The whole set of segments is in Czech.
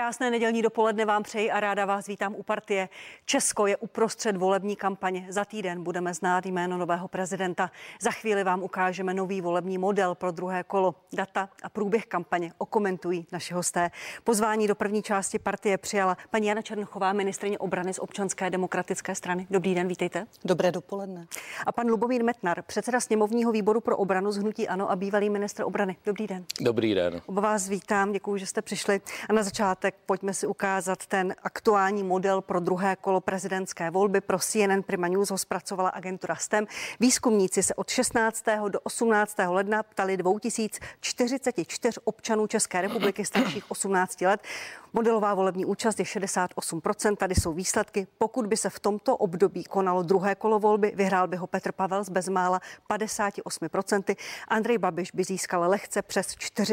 Krásné nedělní dopoledne vám přeji a ráda vás vítám u Partie. Česko je uprostřed volební kampaně. Za týden budeme znát jméno nového prezidenta. Za chvíli vám ukážeme nový volební model pro druhé kolo. Data a průběh kampaně okomentují naši hosté. Pozvání do první části Partie přijala paní Jana Černochová, ministryně obrany z Občanské demokratické strany. Dobrý den, vítejte. Dobré dopoledne. A pan Lubomír Metnar, předseda sněmovního výboru pro obranu z hnutí ANO a bývalý ministr obrany. Dobrý den. Dobrý den. Oba vás vítám, děkuji, že jste přišli. A na začátek pojďme si ukázat ten aktuální model pro druhé kolo prezidentské volby. Pro CNN Prima News ho zpracovala agentura STEM. Výzkumníci se od 16. do 18. ledna ptali 2044 občanů České republiky starších 18 let. Modelová volební účast je 68%. Tady jsou výsledky. Pokud by se v tomto období konalo druhé kolo volby, vyhrál by ho Petr Pavel s bezmála 58%. Andrej Babiš by získal lehce přes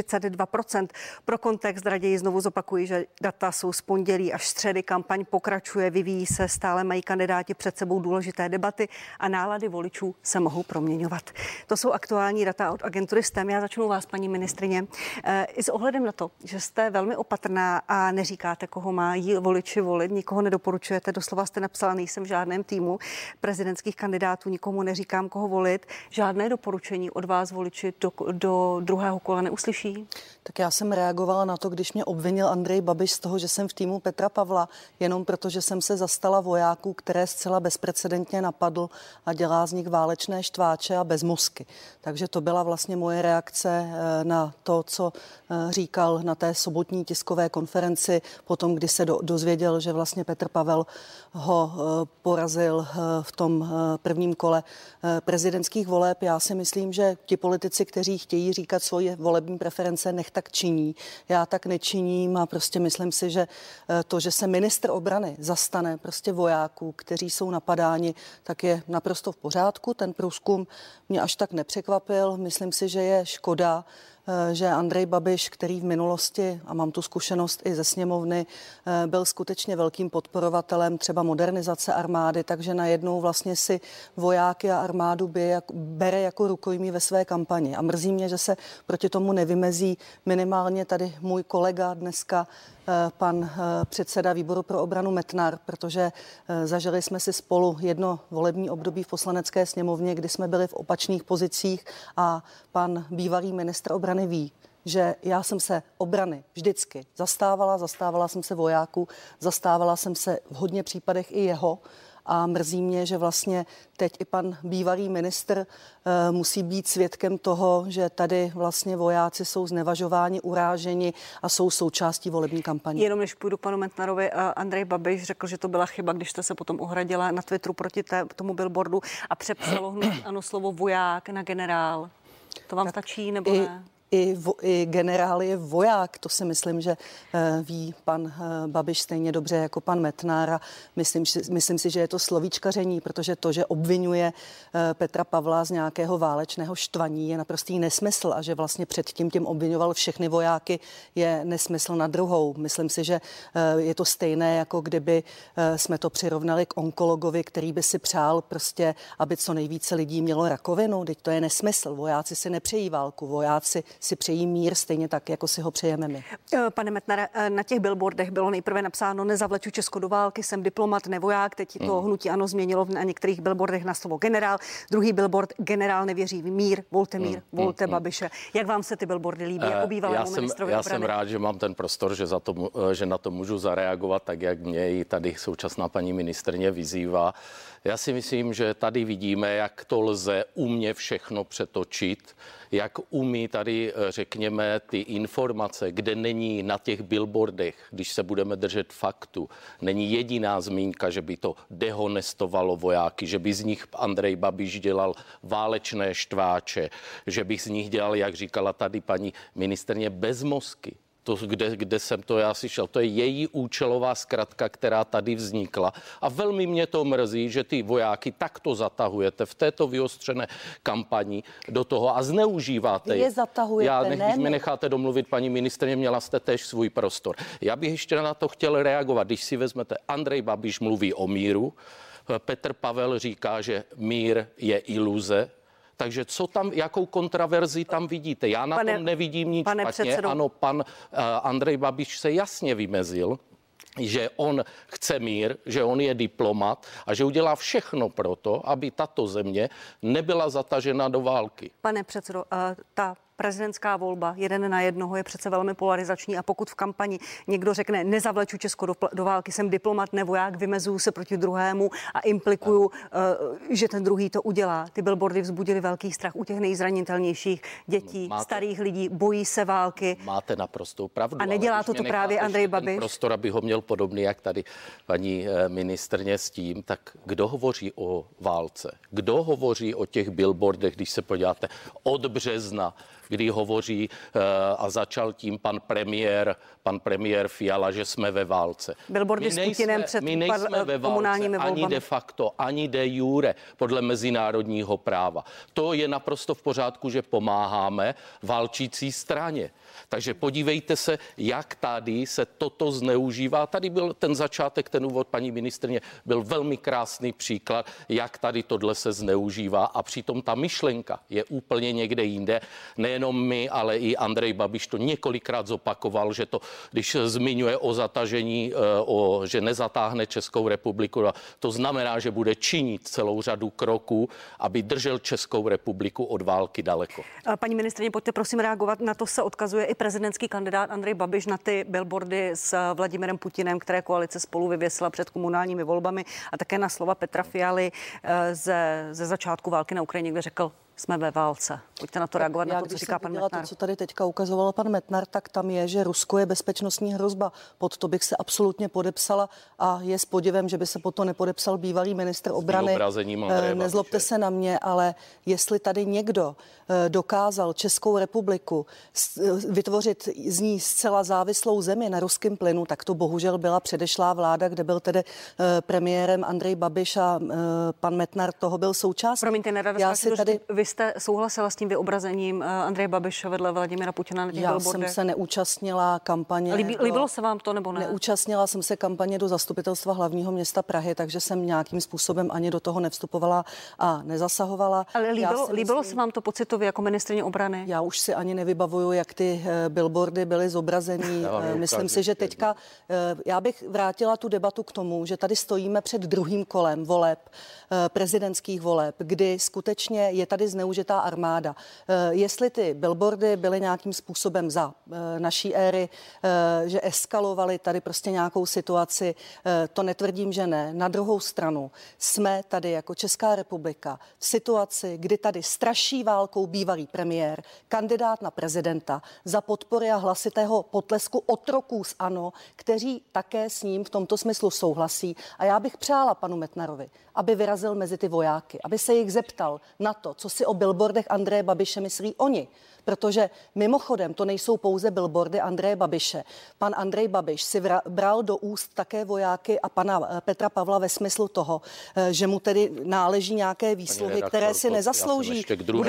42%. Pro kontext raději znovu zopakuji, že data jsou z pondělí až středy. Kampaň pokračuje, vyvíjí se, stále mají kandidáti před sebou důležité debaty a nálady voličů se mohou proměňovat. To jsou aktuální data od agentury STEM. Já začnu vás, paní ministryně. I s ohledem na to, že jste velmi opatrná a neříkáte, koho mají voliči volit, nikoho nedoporučujete, doslova jste napsala, nejsem v žádném týmu prezidentských kandidátů, nikomu neříkám, koho volit. Žádné doporučení od vás voliči do druhého kola neuslyší? Tak já jsem reagovala na to, když mě obvinil Andrej Babiš z toho, že jsem v týmu Petra Pavla, jenom proto, že jsem se zastala vojáků, které zcela bezprecedentně napadl a dělá z nich válečné štváče a bezmozky. Takže to byla vlastně moje reakce na to, co říkal na té sobotní tiskové konferenci, potom, kdy se dozvěděl, že vlastně Petr Pavel ho porazil v tom prvním kole prezidentských voleb. Já si myslím, že ti politici, kteří chtějí říkat svoje volební preference, nech tak činí. Já tak nečiním a prostě myslím si, že to, že se ministr obrany zastane prostě vojáků, kteří jsou napadáni, tak je naprosto v pořádku. Ten průzkum mě až tak nepřekvapil. Myslím si, že je škoda, že Andrej Babiš, který v minulosti, a mám tu zkušenost i ze sněmovny, byl skutečně velkým podporovatelem třeba modernizace armády, takže najednou vlastně si vojáky a armádu bere jako rukojmí ve své kampani. A mrzí mě, že se proti tomu nevymezí minimálně tady můj kolega dneska, pan předseda výboru pro obranu Metnar, protože zažili jsme si spolu jedno volební období v Poslanecké sněmovně, kdy jsme byli v opačných pozicích a pan bývalý ministr obrany ví, že já jsem se obrany vždycky zastávala jsem se vojáků, zastávala jsem se v hodně případech i jeho. A mrzí mě, že vlastně teď i pan bývalý ministr musí být svědkem toho, že tady vlastně vojáci jsou znevažováni, uráženi a jsou součástí volební kampaně. Jenom než půjdu k panu Metnarovi, Andrej Babiš řekl, že to byla chyba, když jste se potom ohradila na Twitteru proti tomu billboardu a přepsalo hnutí ANO slovo voják na generál. To vám stačí nebo ne? I generál je voják, to si myslím, že ví pan Babiš stejně dobře jako pan Metnar a myslím si, že je to slovíčkaření, protože to, že obvinuje Petra Pavla z nějakého válečného štvaní, je naprostý nesmysl a že vlastně předtím tím obvinoval všechny vojáky, je nesmysl na druhou. Myslím si, že je to stejné, jako kdyby jsme to přirovnali k onkologovi, který by si přál prostě, aby co nejvíce lidí mělo rakovinu. Teď to je nesmysl. Vojáci si nepřejí válku, vojáci si přejí mír stejně tak, jako si ho přejeme my. Pane Metnare, na těch billboardech bylo nejprve napsáno nezavleču Česko do války, jsem diplomat, nevoják. Teď to hnutí ANO změnilo na některých billboardech na slovo generál. Druhý billboard, generál nevěří v mír, volte Babiše. Jak vám se ty billboardy líbí jako bývalému ministrovi Já obrany? jsem rád, že mám ten prostor, že na to můžu zareagovat, tak jak mě i tady současná paní ministryně vyzývá. Já si myslím, že tady vidíme, jak to lze umě všechno přetočit, jak umí tady, řekněme, ty informace, kde není na těch billboardech, když se budeme držet faktu, není jediná zmínka, že by to dehonestovalo vojáky, že by z nich Andrej Babiš dělal válečné štváče, že by z nich dělal, jak říkala tady paní ministryně, bezmozky. To, kde jsem to já slyšel, to je její účelová zkratka, která tady vznikla. A velmi mě to mrzí, že ty vojáky takto zatahujete v této vyostřené kampani do toho a zneužíváte je. Zatahujete, když mi necháte domluvit, paní ministryně, měla jste též svůj prostor. Já bych ještě na to chtěl reagovat. Když si vezmete, Andrej Babiš mluví o míru, Petr Pavel říká, že mír je iluze, Takže co tam, jakou kontraverzi tam vidíte? Já na tom nevidím nic špatně. Předsedo. Ano, pan Andrej Babiš se jasně vymezil, že on chce mír, že on je diplomat a že udělá všechno pro to, aby tato země nebyla zatažena do války. Pane předsedo, ta prezidentská volba 1:1 je přece velmi polarizační a pokud v kampani někdo řekne nezavleču Česko do války, jsem diplomat, ne voják, vymezuju se proti druhému a implikuju, že ten druhý to udělá. Ty billboardy vzbudily velký strach u těch nejzranitelnějších dětí, starých lidí, bojí se války. Máte naprostou pravdu. A nedělá to právě Andrej Babiš? Prostor, aby ho měl podobný, jak tady paní ministrně s tím, tak kdo hovoří o válce? Kdo hovoří o těch billboardech, když se podíváte od března, kdy hovoří a začal tím pan premiér Fiala, že jsme ve válce. Billboardy s Putinem před komunálními volbami. Ani de facto, ani de jure podle mezinárodního práva. To je naprosto v pořádku, že pomáháme válčící straně. Takže podívejte se, jak tady se toto zneužívá. Tady byl ten začátek, ten úvod paní ministryně byl velmi krásný příklad, jak tady tohle se zneužívá a přitom ta myšlenka je úplně někde jinde. Nejenom my, ale i Andrej Babiš to několikrát zopakoval, že to, když zmiňuje o zatažení, že nezatáhne Českou republiku, to znamená, že bude činit celou řadu kroků, aby držel Českou republiku od války daleko. Paní ministryně, pojďte prosím reagovat. Na to se odkazuje i prezidentský kandidát Andrej Babiš, na ty billboardy s Vladimirem Putinem, které koalice Spolu vyvěsila před komunálními volbami, a také na slova Petra Fialy ze začátku války na Ukrajině, kde řekl, jsme ve válce. Pojďte na to reagovat, na to, co říká pan Metnar. To, co tady teďka ukazoval pan Metnar, tak tam je, že Rusko je bezpečnostní hrozba. Pod to bych se absolutně podepsala a je s podivem, že by se pod to nepodepsal bývalý ministr obrany. Nezlobte se na mě, ale jestli tady někdo dokázal Českou republiku vytvořit z ní zcela závislou zemi na ruském plynu, tak to bohužel byla předešlá vláda, kde byl tedy premiérem Andrej Babiš a pan Metnar toho byl součástí. Promiňte, nerada vy jste souhlasila s tím vyobrazením Andreje Babiše vedle Vladimira Putina na těch billboardech? Já jsem se neúčastnila kampaně. Líbilo se vám to nebo ne? Neúčastnila jsem se kampaně do zastupitelstva hlavního města Prahy, takže jsem nějakým způsobem ani do toho nevstupovala a nezasahovala. Ale líbilo se vám to pocitově jako ministryně obrany? Já už si ani nevybavuju, jak ty billboardy byly zobrazeny. Myslím si, že teďka já bych vrátila tu debatu k tomu, že tady stojíme před druhým kolem voleb, prezidentských voleb, kdy skutečně je tady zneužitá armáda. Jestli ty billboardy byly nějakým způsobem za naší éry, že eskalovaly tady prostě nějakou situaci, to netvrdím, že ne. Na druhou stranu jsme tady jako Česká republika v situaci, kdy tady straší válkou bývalý premiér, kandidát na prezidenta za podpory a hlasitého potlesku otroků z ANO, kteří také s ním v tomto smyslu souhlasí. A já bych přála panu Metnarovi, aby vyrazil mezi ty vojáky, aby se jich zeptal na to, co si o billboardech Andreje Babiše myslí oni. Protože mimochodem to nejsou pouze billboardy Andreje Babiše. Pan Andrej Babiš si bral do úst také vojáky a pana Petra Pavla ve smyslu toho, že mu tedy náleží nějaké výsluhy, které si nezaslouží.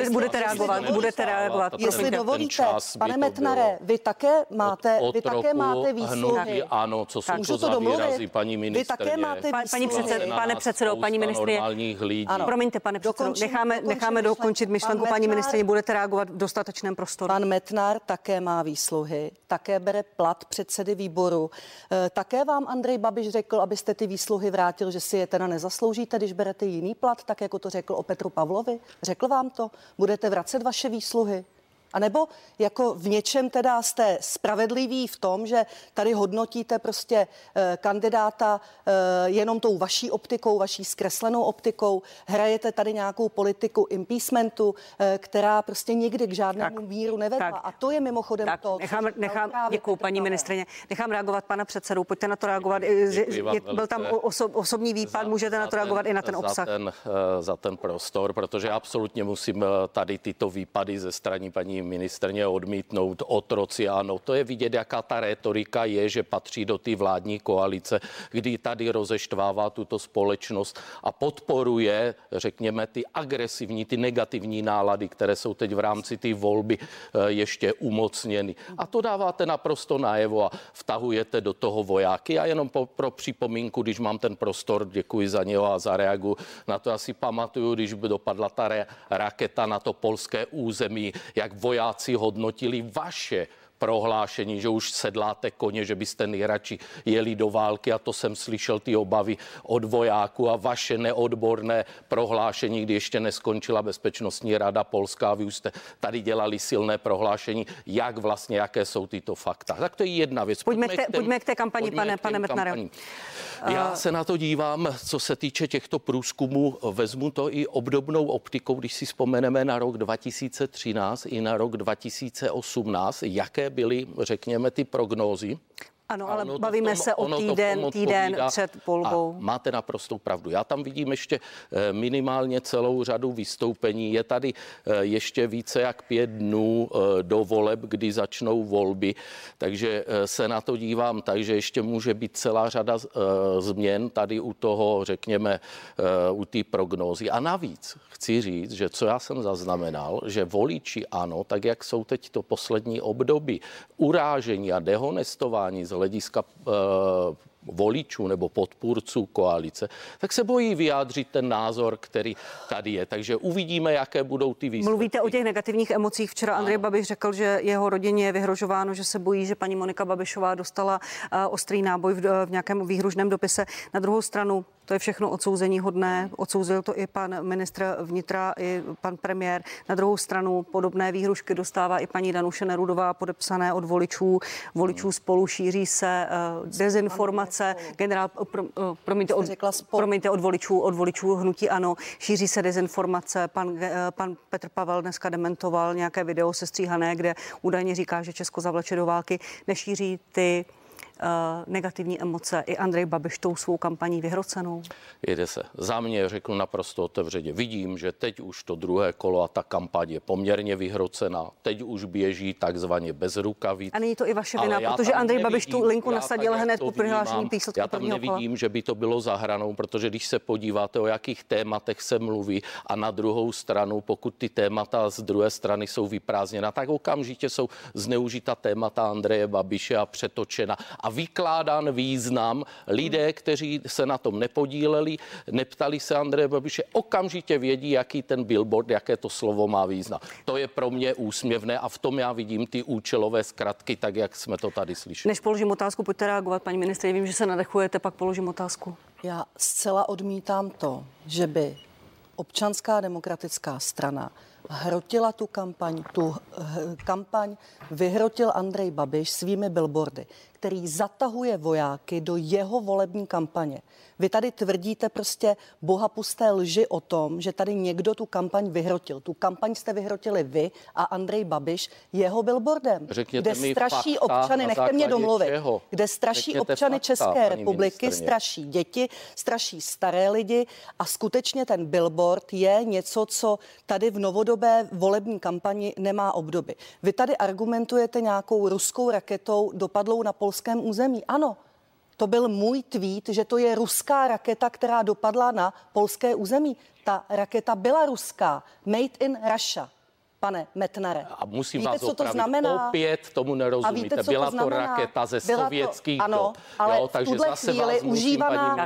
Budete reagovat. Jestli dovolíte, pane Metnare, vy také máte výsluhy. Ano, co jsou to za výrazy, paní ministryně? Vy také máte výsluhy. Pane předsedo, paní ministryně. Promiňte, pane předsedo, necháme dokončit myšlenku paní ministryně, budete reagovat v dostatečném prostoru. Pan Metnar také má výsluhy, také bere plat předsedy výboru. Také vám Andrej Babiš řekl, abyste ty výsluhy vrátil, že si je teda nezasloužíte, když berete jiný plat, tak jako to řekl o Petru Pavlovi? Řekl vám to? Budete vracet vaše výsluhy? A nebo jako v něčem teda jste spravedliví v tom, že tady hodnotíte prostě kandidáta jenom tou vaší optikou, vaší zkreslenou optikou, hrajete tady nějakou politiku impeachmentu, která prostě nikdy k žádnému míru nevedla. A to je mimochodem to. Děkuji, paní ministryně. Nechám reagovat pana předsedu. Pojďte na to reagovat. Byl tam osobní výpad, můžete na to reagovat i na ten obsah. Za ten prostor, protože absolutně musím tady tyto výpady ze strany paní paní ministrně, odmítnout otroci. Ano, to je vidět, jaká ta rétorika je, že patří do té vládní koalice, kdy tady rozeštvává tuto společnost a podporuje, řekněme, ty agresivní, ty negativní nálady, které jsou teď v rámci té volby ještě umocněny. A to dáváte naprosto najevo a vtahujete do toho vojáky. A jenom pro připomínku, když mám ten prostor, děkuji za něho a zareaguju na to. Asi pamatuju, když by dopadla ta raketa na to polské území, jak vojáci hodnotili vaše prohlášení, že už sedláte koně, že byste nejradši jeli do války, a to jsem slyšel ty obavy od vojáků a vaše neodborné prohlášení, kdy ještě neskončila Bezpečnostní rada Polska a vy už jste tady dělali silné prohlášení, jak vlastně, jaké jsou tyto fakta. Tak to je jedna věc. Pojďme k té kampani, pane Metnare. Já se na to dívám, co se týče těchto průzkumů, vezmu to i obdobnou optikou, když si vzpomeneme na rok 2013 i na rok 2018, jaké byly, řekněme, ty prognózy. Ano, ale bavíme se o týden před volbou. Máte naprostou pravdu. Já tam vidím ještě minimálně celou řadu vystoupení. Je tady ještě více jak 5 dnů do voleb, kdy začnou volby, takže se na to dívám tak, že ještě může být celá řada změn tady u toho, řekněme, u té prognózy. A navíc chci říct, že co já jsem zaznamenal, že voliči ANO, tak jak jsou teď to poslední období, urážení a dehonestování z hlediska voličů nebo podpůrců koalice, tak se bojí vyjádřit ten názor, který tady je. Takže uvidíme, jaké budou ty výsledky. Mluvíte o těch negativních emocích. Včera Andrej Babiš řekl, že jeho rodině je vyhrožováno, že se bojí, že paní Monika Babišová dostala ostrý náboj v nějakém výhružném dopise. Na druhou stranu, to je všechno odsouzení hodné. Odsouzil to i pan ministr vnitra, i pan premiér. Na druhou stranu podobné výhrušky dostává i paní Danuše Nerudová, podepsané od voličů Spolu. Šíří se dezinformace. Promiňte, od voličů hnutí ANO. Šíří se dezinformace. Pan Petr Pavel dneska dementoval nějaké video sestříhané, kde údajně říká, že Česko zavleče do války. Nešíří ty negativní emoce i Andrej Babiš tou svou kampaní vyhrocenou? Jede se. Za mě řeknu naprosto otevřeně. Vidím, že teď už to druhé kolo a ta kampaň je poměrně vyhrocená. Teď už běží takzvaně bez rukavic. A není to i vaše vina, protože Andrej Babiš tu linku nasadil hned po prohlášení výsledku prvního kola? Já tam nevidím, že by to bylo za hranou, protože když se podíváte, o jakých tématech se mluví, a na druhou stranu, pokud ty témata z druhé strany jsou vyprázdněna, tak okamžitě jsou zneužita témata Andreje Babiše a přetočena a vykládán význam. Lidé, kteří se na tom nepodíleli, neptali se Andreje Babiše, okamžitě vědí, jaký ten billboard, jaké to slovo má význam. To je pro mě úsměvné a v tom já vidím ty účelové zkratky, tak jak jsme to tady slyšeli. Než položím otázku, pojďte reagovat, paní ministryně, vím, že se nadechujete, pak položím otázku. Já zcela odmítám to, že by Občanská demokratická strana hrotila tu kampaň vyhrotil Andrej Babiš svými billboardy, který zatahuje vojáky do jeho volební kampaně. Vy tady tvrdíte prostě bohapusté lži o tom, že tady někdo tu kampaň vyhrotil. Tu kampaň jste vyhrotili vy a Andrej Babiš jeho billboardem, řekněte, kde straší občany, nechte mě domluvit, kde straší občany České republiky, straší děti, straší staré lidi a skutečně ten billboard je něco, co tady v novodobé volební kampani nemá obdoby. Vy tady argumentujete nějakou ruskou raketou dopadlou na polském území. Ano, to byl můj tweet, že to je ruská raketa, která dopadla na polské území. Ta raketa byla ruská. Made in Russia, pane Metnare. A musím víte, vás co opravit. To znamená? Opět tomu nerozumíte. Víte, byla to raketa ze sovětských dob. Ano, ale takže v tuhle zase chvíli užívaná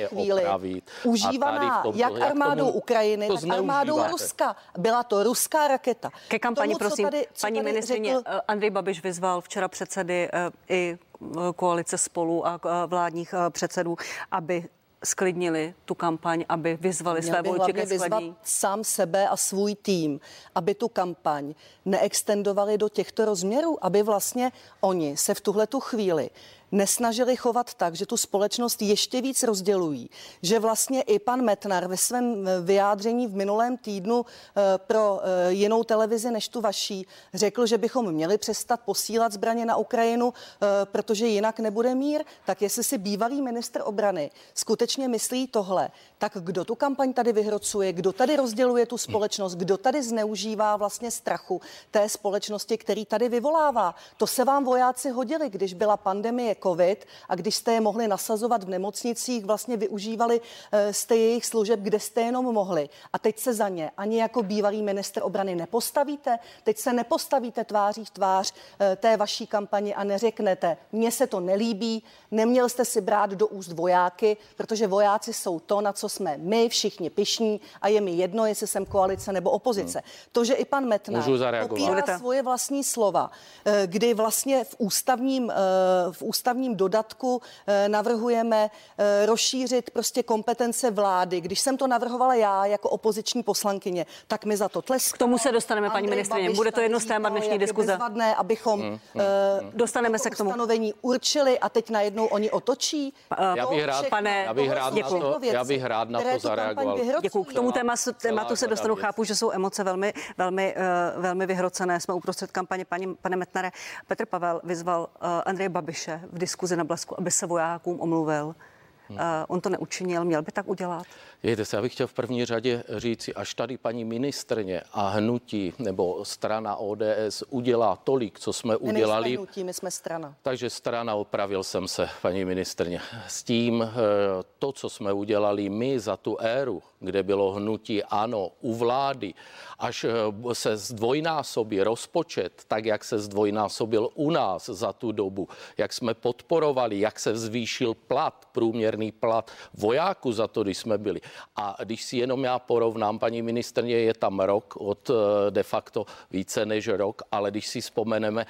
jak armádou Ukrajiny, tak armádou Ruska. Byla to ruská raketa. Ke kampani, prosím, paní ministryně, Andrej Babiš vyzval včera předsedy i koalice Spolu a vládních předsedů, aby sklidnili tu kampaň, aby vyzvali své voliče ke skladní. Sám sebe a svůj tým, aby tu kampaň neextendovali do těchto rozměrů, aby vlastně oni se v tuhletu chvíli nesnažili chovat tak, že tu společnost ještě víc rozdělují, že vlastně i pan Metnar ve svém vyjádření v minulém týdnu pro jinou televizi než tu vaší řekl, že bychom měli přestat posílat zbraně na Ukrajinu, protože jinak nebude mír, tak jestli si bývalý ministr obrany skutečně myslí tohle, tak kdo tu kampaň tady vyhrocuje, kdo tady rozděluje tu společnost, kdo tady zneužívá vlastně strachu té společnosti, který tady vyvolává. To se vám vojáci hodili, když byla pandemie covid a když jste je mohli nasazovat v nemocnicích, vlastně využívali jste jejich služeb, kde jste jenom mohli. A teď se za ně ani jako bývalý ministr obrany nepostavíte. Teď se nepostavíte tváří v tvář té vaší kampani a neřeknete, mně se to nelíbí, neměl jste si brát do úst vojáky, protože vojáci jsou to, na co jsme my všichni pyšní a je mi jedno, jestli jsem koalice nebo opozice. To, že i pan Metnar popírá svoje vlastní slova, kdy vlastně v ústavním dodatku navrhujeme rozšířit prostě kompetence vlády. Když jsem to navrhovala já jako opoziční poslankyně, tak mi za to tleskalo. K tomu se dostaneme, paní ministryně. Bude to jedno z témat dnešní diskuze. Bezvadné, abychom dostaneme se k tomu ustanovení určili a teď najednou oni otočí. Já bych rád na to zareagoval. Děkuji. K tomu tématu se dostanu. Chápu, že jsou emoce velmi vyhrocené. Jsme uprostřed kampaně. Pane Metnare, Petr Pavel vyzval Andreje Babiše v diskuzi na Blesku, aby se vojákům omluvil. On to neučinil, měl by tak udělat? Jejte se, já bych chtěl v první řadě říci, až tady paní ministryně a hnutí nebo strana ODS udělá tolik, co jsme udělali. Hnutí, my jsme strana. Takže strana, opravil jsem se, paní ministryně. S tím to, co jsme udělali my za tu éru, kde bylo hnutí ANO u vlády, až se zdvojnásobí rozpočet, tak jak se zdvojnásobil u nás za tu dobu, jak jsme podporovali, jak se zvýšil plat, průměrný plat vojáků za to, když jsme byli. A když si jenom já porovnám, paní ministryně, je tam rok, od de facto více než rok, ale když si vzpomeneme,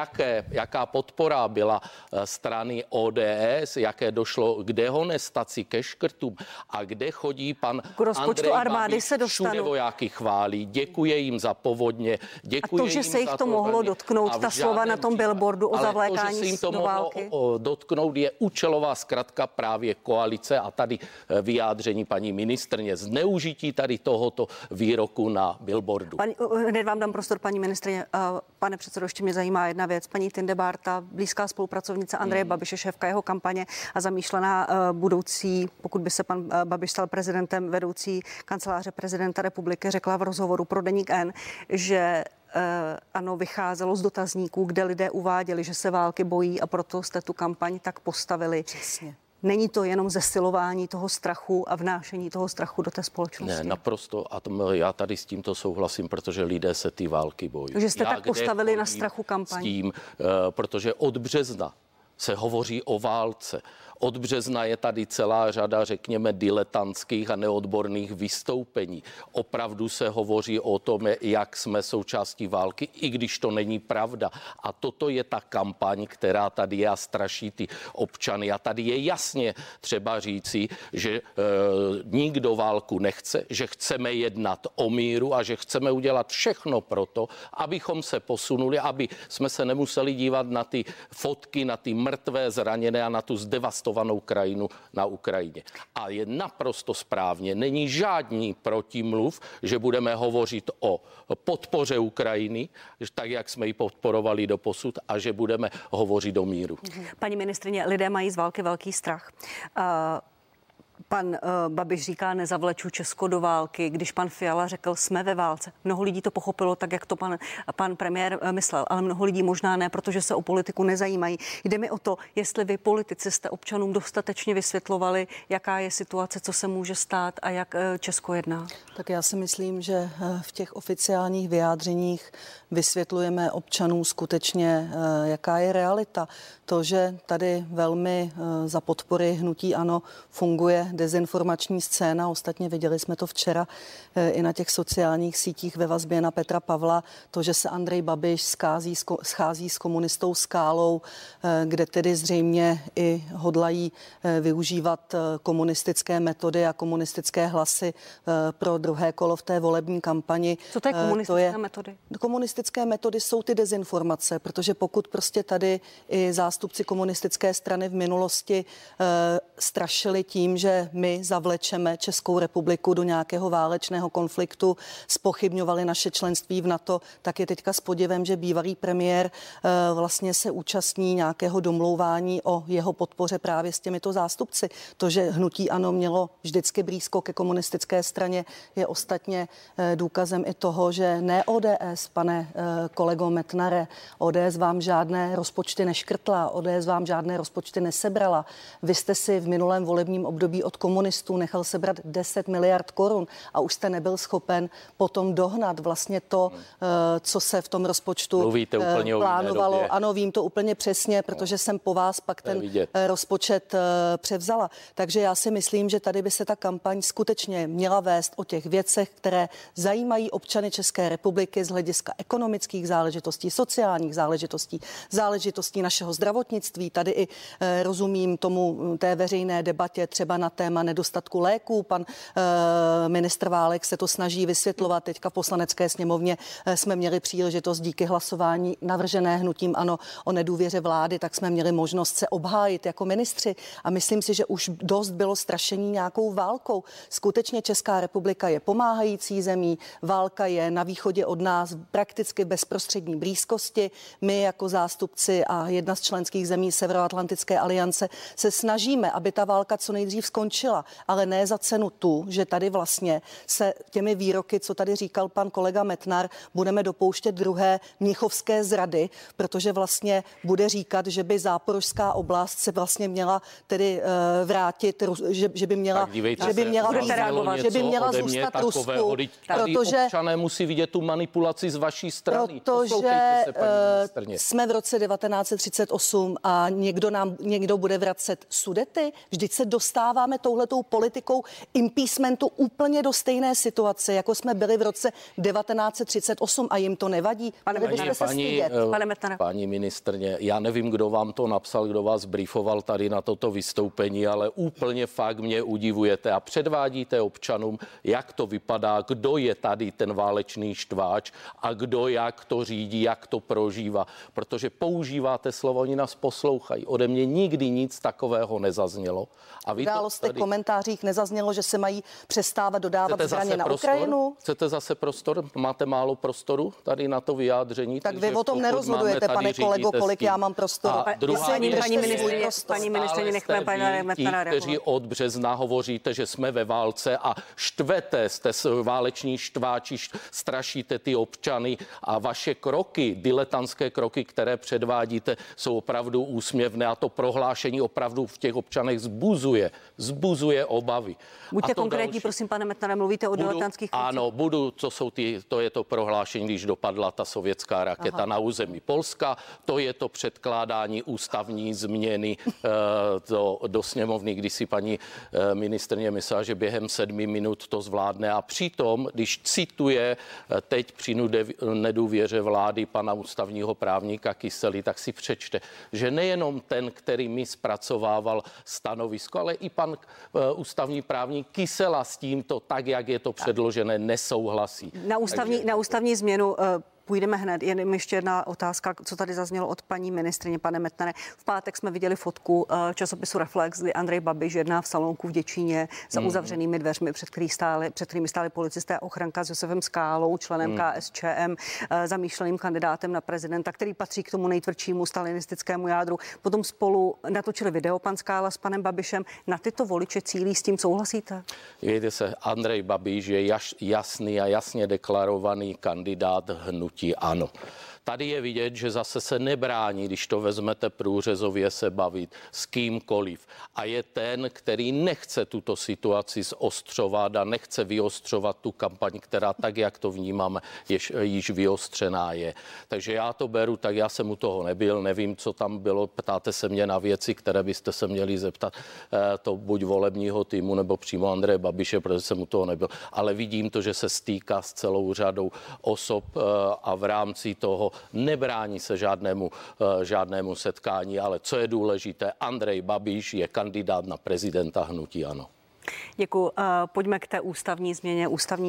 jaká podpora byla strany ODS, jaké došlo k dehonestaci, ke škrtům a kde chodí pan rozpočtu armády se dostanu. Všude vojáky chválí, děkuje jim za povodně, děkuje a to, že se jich to mohlo dotknout, ta slova na tom billboardu o zavlékání do války? Dotknout je účelová zkratka právě koalice a tady vyjádření paní ministryně, zneužití tady tohoto výroku na billboardu. Hned vám dám prostor, paní ministryně. Pane předsedo, ještě mě zajímá jedna věc. Paní Tindebárta, blízká spolupracovnice Andreje Babiše, šéfka jeho kampaně a zamýšlená budoucí, pokud by se pan Babiš stal prezidentem, vedoucí kanceláře prezidenta republiky, řekla v rozhovoru pro Deník N, že ano, vycházelo z dotazníků, kde lidé uváděli, že se války bojí a proto jste tu kampaň tak postavili. Přesně. Není to jenom zesilování toho strachu a vnášení toho strachu do té společnosti? Ne, naprosto. A já tady s tímto souhlasím, protože lidé se ty války bojí. Takže jste tak postavili na strachu kampaň? S tím, protože od března se hovoří o válce. Od března je tady celá řada, řekněme, diletantských a neodborných vystoupení. Opravdu se hovoří o tom, jak jsme součástí války, i když to není pravda. A toto je ta kampaň, která tady je a straší ty občany. A tady je jasně třeba říci, že nikdo válku nechce, že chceme jednat o míru a že chceme udělat všechno pro to, abychom se posunuli, aby jsme se nemuseli dívat na ty fotky, na ty mrtvé, zraněné a na tu zdevastovanou krajinu na Ukrajině. A je naprosto správně, není žádný protimluv, že budeme hovořit o podpoře Ukrajiny, tak jak jsme ji podporovali doposud, a že budeme hovořit o míru. Paní ministryně, lidé mají z války velký strach. Pan Babiš říká, nezavleču Česko do války, když pan Fiala řekl, jsme ve válce. Mnoho lidí to pochopilo tak, jak to pan premiér myslel, ale mnoho lidí možná ne, protože se o politiku nezajímají. Jde mi o to, jestli vy politici jste občanům dostatečně vysvětlovali, jaká je situace, co se může stát a jak Česko jedná. Tak já si myslím, že v těch oficiálních vyjádřeních vysvětlujeme občanům skutečně, jaká je realita. To, že tady velmi za podpory hnutí ANO funguje dezinformační scéna. Ostatně viděli jsme to včera i na těch sociálních sítích ve vazbě na Petra Pavla. To, že se Andrej Babiš schází s komunistou Skálou, kde tedy zřejmě i hodlají využívat komunistické metody a komunistické hlasy pro druhé kolo v té volební kampani. Co to je komunistické metody? Komunistické metody jsou ty dezinformace, protože pokud prostě tady i zástupci komunistické strany v minulosti strašili tím, že my zavlečeme Českou republiku do nějakého válečného konfliktu, zpochybňovali naše členství v NATO, tak je teďka s podivem, že bývalý premiér vlastně se účastní nějakého domlouvání o jeho podpoře právě s těmito zástupci. To, že hnutí ANO mělo vždycky blízko ke komunistické straně, je ostatně důkazem i toho, že ne ODS, pane kolego Metnare, ODS vám žádné rozpočty neškrtla, ODS vám žádné rozpočty nesebrala. Vy jste si v minulém volebním období od komunistů nechal sebrat 10 miliard korun a už jste nebyl schopen potom dohnat vlastně to, co se v tom rozpočtu plánovalo. Ano, vím to úplně přesně, protože jsem po vás pak ten rozpočet převzala. Takže já si myslím, že tady by se ta kampaň skutečně měla vést o těch věcech, které zajímají občany České republiky z hlediska ekonomických záležitostí, sociálních záležitostí našeho zdravotnictví. Tady i rozumím tomu té veřejné debatě třeba na téma nedostatku léků. Pan ministr Válek se to snaží vysvětlovat. Teďka v Poslanecké sněmovně jsme měli příležitost díky hlasování navržené hnutím ANO o nedůvěře vlády, tak jsme měli možnost se obhájit jako ministři a myslím si, že už dost bylo strašení nějakou válkou. Skutečně Česká republika je pomáhající zemí, válka je na východě od nás prakticky v bezprostřední blízkosti. My jako zástupci a jedna z členských zemí Severoatlantické aliance se snažíme, aby ta válka co nejdřív skončila, ale ne za cenu tu, že tady vlastně se těmi výroky, co tady říkal pan kolega Metnar, budeme dopouštět druhé mnichovské zrady, protože vlastně bude říkat, že by Záporožská oblast se vlastně měla tedy vrátit, že by měla zůstat Rusku, protože občané musí vidět tu manipulaci z vaší strany. Protože jsme v roce 1938 a někdo bude vracet Sudety. Vždyť se dostáváme touhletou politikou impeachmentu úplně do stejné situace, jako jsme byli v roce 1938 a jim to nevadí. Paní ministrně, já nevím, kdo vám to napsal, kdo vás briefoval tady na toto vystoupení, ale úplně fakt mě udivujete a předvádíte občanům, jak to vypadá, kdo je tady ten válečný štváč a kdo jak to řídí, jak to prožívá, protože používáte slovo, oni nás poslouchají. Ode mě nikdy nic takového nezaznělo. A vy v komentářích nezaznělo, že se mají přestávat dodávat zbraně na Ukrajinu? Chcete zase prostor? Máte málo prostoru tady na to vyjádření? Tak vy o tom nerozhodujete, pane kolego, kolik já mám prostoru. Paní ministryně, nechme paní Metnara reagovat. Kteří od března hovoříte, že jsme ve válce a štvete, jste váleční štváči, strašíte ty občany a vaše kroky, diletantské kroky, které předvádíte, jsou opravdu úsměvné a to prohlášení opravdu v těch občanech zbuzuje obavy. Buďte konkrétní, prosím, pane Metnare, mluvíte o diletantských krocích? Ano, to je to prohlášení, když dopadla ta sovětská raketa na území Polska, to je to předkládání ústavní změny do sněmovny, kdy si paní ministryně myslela, že během 7 minut to zvládne a přitom, když cituje teď při nedůvěře vlády pana ústavního právníka Kysely, tak si přečte, že nejenom ten, který mi zpracovával stanovisko, ale i pan ústavní právník Kysela s tímto, tak jak je to předložené, nesouhlasí. Na ústavní změnu půjdeme hned. Jen ještě jedna otázka, co tady zaznělo od paní ministryně, pane Metnare. V pátek jsme viděli fotku časopisu Reflex, kdy Andrej Babiš jedná v salonku v Děčíně za uzavřenými dveřmi, před kterými stáli policisté a ochranka s Josefem Skálou, členem KSČM, zamýšleným kandidátem na prezidenta, který patří k tomu nejtvrdšímu stalinistickému jádru. Potom spolu natočili video pan Skála s panem Babišem. Na tyto voliče cílí, s tím souhlasíte? Víte se, Andrej Babiš je jasný a jasně deklarovaný kandidát hnutí ANO. tady je vidět, že zase se nebrání, když to vezmete průřezově, se bavit s kýmkoliv. A je ten, který nechce tuto situaci zostřovat a nechce vyostřovat tu kampaň, která tak, jak to vnímáme, již vyostřená je. Takže já to beru, tak já jsem u toho nebyl, nevím, co tam bylo, ptáte se mě na věci, které byste se měli zeptat to buď volebního týmu nebo přímo Andreje Babiše, protože jsem u toho nebyl, ale vidím to, že se stýká s celou řadou osob a v rámci toho nebrání se žádnému setkání, ale co je důležité, Andrej Babiš je kandidát na prezidenta hnutí ANO. Děkuji. Pojďme k té ústavní změně,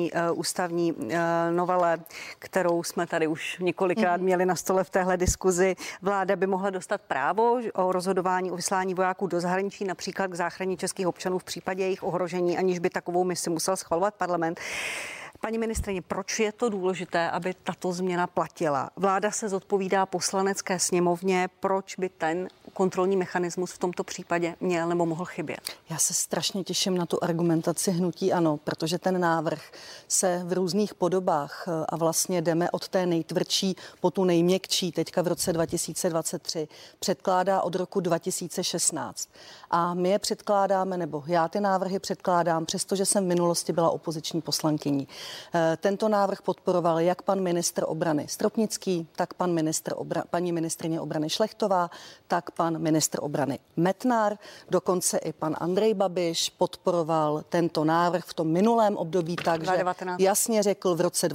ústavní novele, kterou jsme tady už několikrát měli na stole v téhle diskuzi. Vláda by mohla dostat právo o rozhodování o vyslání vojáků do zahraničí, například k záchraně českých občanů v případě jejich ohrožení, aniž by takovou misi musel schvalovat parlament. Paní ministryně, proč je to důležité, aby tato změna platila? Vláda se zodpovídá Poslanecké sněmovně, proč by ten kontrolní mechanismus v tomto případě měl nebo mohl chybět? Já se strašně těším na tu argumentaci hnutí ANO, protože ten návrh se v různých podobách a vlastně jdeme od té nejtvrdší po tu nejměkčí teďka v roce 2023 předkládá od roku 2016. A my je předkládáme, nebo já ty návrhy předkládám, přestože jsem v minulosti byla opoziční poslankyní. Tento návrh podporoval jak pan ministr obrany Stropnický, tak paní ministryně obrany Šlechtová, tak pan ministr obrany Metnar, dokonce i pan Andrej Babiš podporoval tento návrh v tom minulém období, takže jasně řekl v roce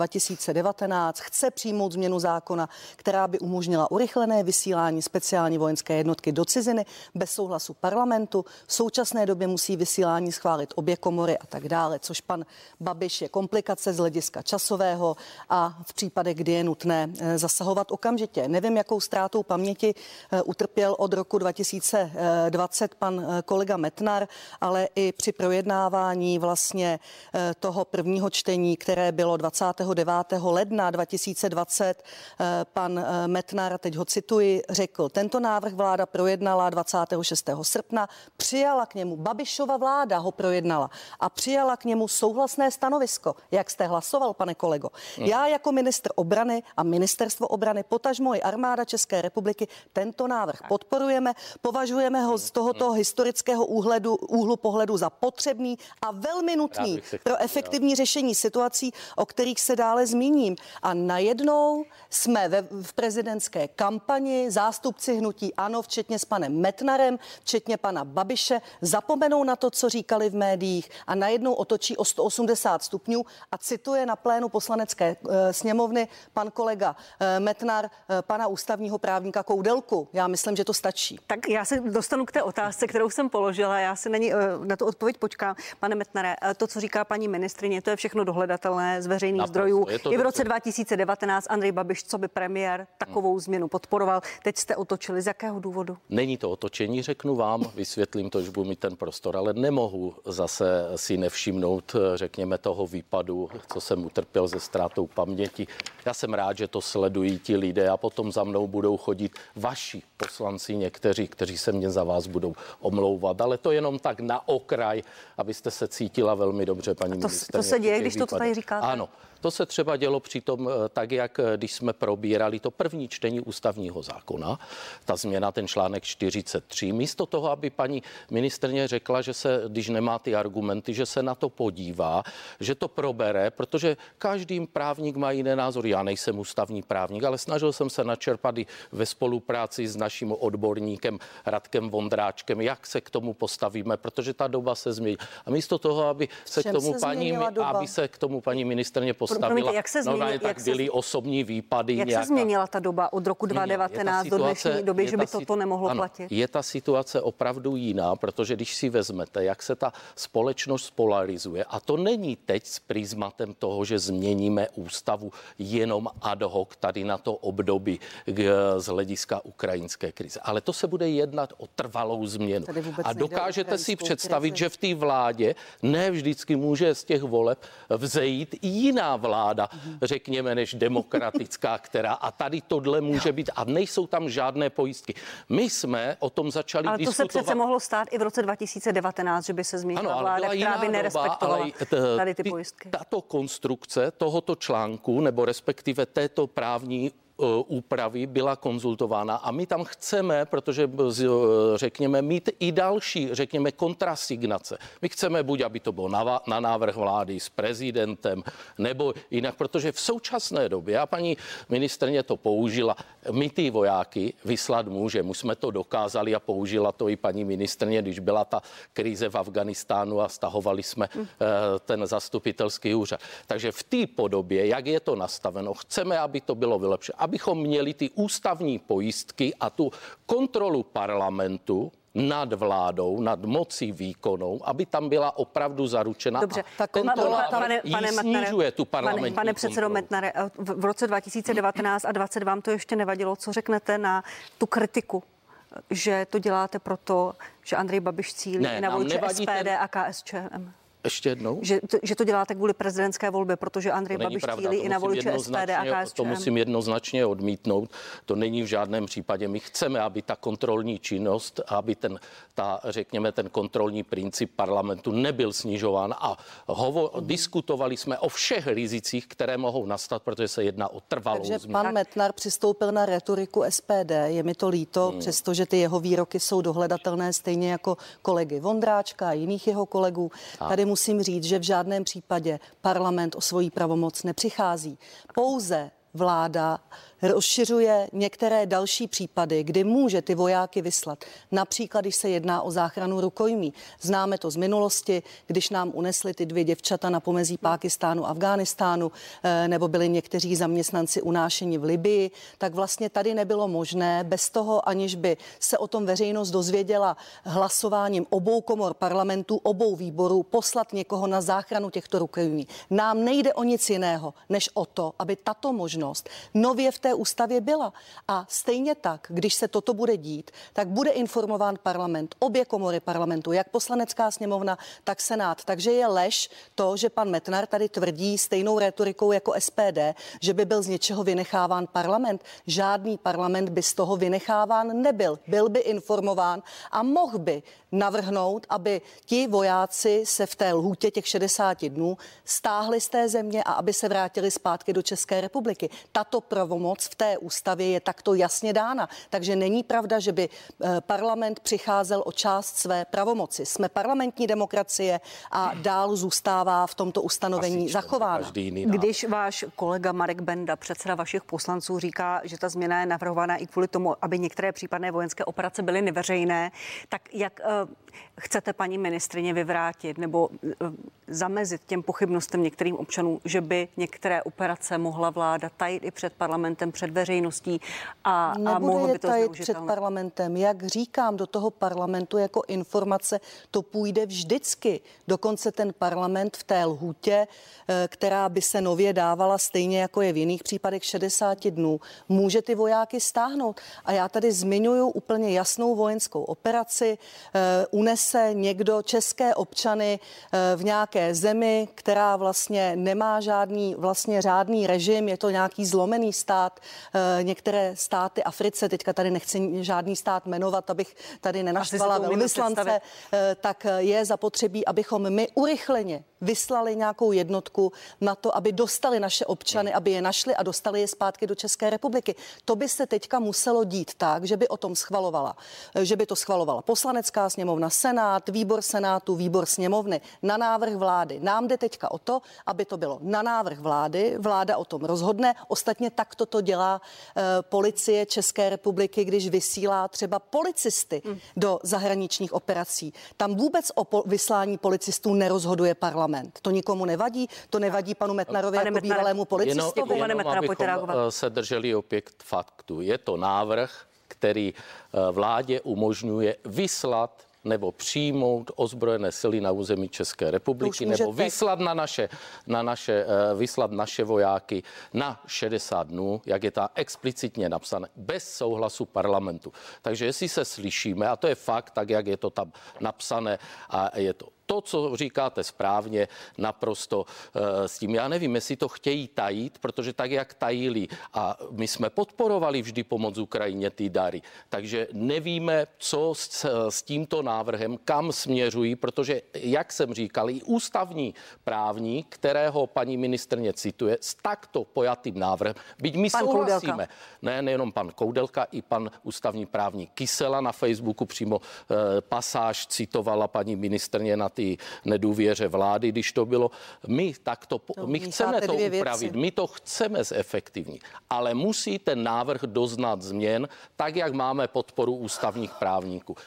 2019 chce přijmout změnu zákona, která by umožnila urychlené vysílání speciální vojenské jednotky do ciziny bez souhlasu parlamentu. V současné době musí vysílání schválit obě komory a tak dále, což pan Babiš je komplikace z hlediska časového a v případech, kdy je nutné zasahovat okamžitě. Nevím, jakou ztrátou paměti utrpěl od roku 2020 pan kolega Metnar, ale i při projednávání vlastně toho prvního čtení, které bylo 29. ledna 2020, pan Metnar, teď ho cituji, řekl, tento návrh vláda projednala 26. srpna, přijala k němu, Babišova vláda ho projednala a přijala k němu souhlasné stanovisko. Jak jste hlasoval, pane kolego? Já jako ministr obrany a ministerstvo obrany, potažmo i armáda České republiky, tento návrh podporujeme, považujeme ho z tohoto historického úhlu pohledu za potřebný a velmi nutný pro efektivní řešení situací, o kterých se dále zmíním. A najednou jsme v prezidentské kampani, zástupci hnutí ANO, včetně s panem Metnarem, včetně pana Babiše, zapomenou na to, co říkali v médiích a najednou otočí o 180 stupňů a cituje na plénu Poslanecké sněmovny pan kolega Metnar pana ústavního právníka Koudelku. Já myslím, že to stačí. Tak já se dostanu k té otázce, kterou jsem položila. Já se na tu odpověď počkám. Pane Metnare, to, co říká paní ministryně, to je všechno dohledatelné z veřejných zdrojů. I v roce 2019 Andrej Babiš, co by premiér, takovou změnu podporoval. Teď jste otočili. Z jakého důvodu? Není to otočení, řeknu vám, vysvětlím to, že budu mít ten prostor, ale nemohu zase si nevšimnout, řekněme, toho výpadu, co jsem utrpěl ze ztrátou paměti. Já jsem rád, že to sledují ti lidé a potom za mnou budou chodit vaši poslanci někteří, kteří se mě za vás budou omlouvat, ale to jenom tak na okraj, abyste se cítila velmi dobře, paní ministryně. To se děje, když to tady říkáte? Ano. To se třeba dělo přitom tak, jak když jsme probírali to první čtení ústavního zákona, ta změna, ten článek 43, místo toho, aby paní ministryně řekla, že se, když nemá ty argumenty, že se na to podívá, že to probere, protože každý právník má jiné názory. Já nejsem ústavní právník, ale snažil jsem se načerpat i ve spolupráci s naším odborníkem Radkem Vondráčkem, jak se k tomu postavíme, protože ta doba se změní. A místo toho, aby se k tomu paní ministryně postavila, jak se změnila, tak byly osobní výpady. Jak se změnila ta doba od roku 2019 do dnešní doby, že by toto nemohlo platit? Je ta situace opravdu jiná, protože když si vezmete, jak se ta společnost polarizuje, a to není teď s prismatem toho, že změníme ústavu jenom ad hoc tady na to období z hlediska ukrajinské krize. Ale to se bude jednat o trvalou změnu. A dokážete si představit, že v té vládě ne vždycky může z těch voleb vzejít jiná vláda, řekněme, než demokratická, která a tady tohle může být a nejsou tam žádné pojistky. My jsme o tom začali diskutovat. Ale to se přece mohlo stát i v roce 2019, že by se změnila vláda, která by nerespektovala tady ty pojistky. Tato konstrukce tohoto článku nebo respektive této právní úpravy byla konzultována a my tam chceme, protože řekněme, mít i další, řekněme, kontrasignace. My chceme buď, aby to bylo na návrh vlády s prezidentem, nebo jinak, protože v současné době, a paní ministryně to použila, my ty vojáky vyslat můžeme. Už jsme to dokázali a použila to i paní ministryně, když byla ta krize v Afghánistánu a stahovali jsme ten zastupitelský úřad. Takže v té podobě, jak je to nastaveno, chceme, aby to bylo vylepšeno, abychom měli ty ústavní pojistky a tu kontrolu parlamentu nad vládou, nad mocí výkonnou, aby tam byla opravdu zaručena. Dobře, tak snižuje tu parlamentní Pane předsedo Metnare, v roce 2019 a 2020 vám to ještě nevadilo. Co řeknete na tu kritiku, že to děláte proto, že Andrej Babiš cílí na voliče SPD a KSČM? Ještě jednou? Že to děláte kvůli prezidentské volbě, protože Andrej Babiš cílí i na voliče SPD a KSČM. To musím jednoznačně odmítnout. To není v žádném případě. My chceme, aby ta kontrolní činnost, aby řekněme, ten kontrolní princip parlamentu nebyl snižován a diskutovali jsme o všech rizicích, které mohou nastat, protože se jedná o trvalou změnu. Takže pan Metnar přistoupil na retoriku SPD. Je mi to líto, přestože ty jeho výroky jsou dohledatelné stejně jako kolegy Vondráčka a jiných jeho kolegů. Tady musím říct, že v žádném případě parlament o svoji pravomoc nepřichází. Pouze vláda rozšiřuje některé další případy, kdy může ty vojáky vyslat. Například, když se jedná o záchranu rukojmí. Známe to z minulosti, když nám unesli ty 2 děvčata na pomezí Pákistánu a Afghánistánu, nebo byli někteří zaměstnanci unášeni v Libyi, tak vlastně tady nebylo možné bez toho, aniž by se o tom veřejnost dozvěděla hlasováním obou komor parlamentu, obou výborů, poslat někoho na záchranu těchto rukojmí. Nám nejde o nic jiného, než o to, aby tato možnost nově v té ústavě byla. A stejně tak, když se toto bude dít, tak bude informován parlament, obě komory parlamentu, jak Poslanecká sněmovna, tak Senát. Takže je lež to, že pan Metnar tady tvrdí stejnou retorikou jako SPD, že by byl z něčeho vynecháván parlament. Žádný parlament by z toho vynecháván nebyl. Byl by informován a mohl by navrhnout, aby ti vojáci se v té lhůtě těch 60 dnů stáhli z té země a aby se vrátili zpátky do České republiky. Tato pravomoc v té ústavě je takto jasně dána. Takže není pravda, že by parlament přicházel o část své pravomoci. Jsme parlamentní demokracie a dál zůstává v tomto ustanovení zachována. Když váš kolega Marek Benda, předseda vašich poslanců, říká, že ta změna je navrhovaná i kvůli tomu, aby některé případné vojenské operace byly neveřejné, tak jak chcete paní ministryně vyvrátit nebo zamezit těm pochybnostem některým občanů, že by některé operace mohla vláda tajit i před parlamentem, před veřejností a mohlo by to zneužitelné? Před parlamentem. Jak říkám, do toho parlamentu jako informace to půjde vždycky. Dokonce ten parlament v té lhůtě, která by se nově dávala stejně jako je v jiných případech 60 dnů, může ty vojáky stáhnout. A já tady zmiňuju úplně jasnou vojenskou operaci. Unese někdo české občany v nějaké zemi, která vlastně nemá žádný vlastně řádný režim, je to nějaký zlomený stát, některé státy Africe, teďka tady nechci žádný stát jmenovat, abych tady nenaštvala velvyslance, tak je zapotřebí, abychom my urychleně vyslali nějakou jednotku na to, aby dostali naše občany, aby je našli a dostali je zpátky do České republiky. To by se teďka muselo dít tak, že by to schvalovala Poslanecká sněmovna, Senát, výbor Senátu, výbor sněmovny na návrh vlády. Nám jde teďka o to, aby to bylo na návrh vlády, vláda o tom rozhodne. Ostatně takto to dělá policie České republiky, když vysílá třeba policisty do zahraničních operací. Tam vůbec o vyslání policistů nerozhoduje parlament. To nikomu nevadí, to nevadí panu Metnarovi jako bývalému policistovi. Jenom abychom se drželi opět faktu. Je to návrh, který vládě umožňuje vyslat nebo přijmout ozbrojené sily na území České republiky, nebo vyslat naše vojáky na 60 dnů, jak je tam explicitně napsané, bez souhlasu parlamentu. Takže jestli se slyšíme, a to je fakt, tak jak je to tam napsané a je to To, co říkáte správně, naprosto s tím. Já nevím, jestli to chtějí tajit, protože tak, jak tajili, a my jsme podporovali vždy pomoc Ukrajině, ty dary, takže nevíme, co s tímto návrhem, kam směřují, protože, jak jsem říkal, i ústavní právník, kterého paní ministryně cituje, s takto pojatým návrhem, byť my souhlasíme, nejenom pan Koudelka, i pan ústavní právník Kysela na Facebooku přímo pasáž citovala paní ministryně na ty nedůvěře vlády, když to bylo. My chceme to upravit, my to chceme zefektivnit, ale musí ten návrh doznat změn, tak, jak máme podporu ústavních právníků.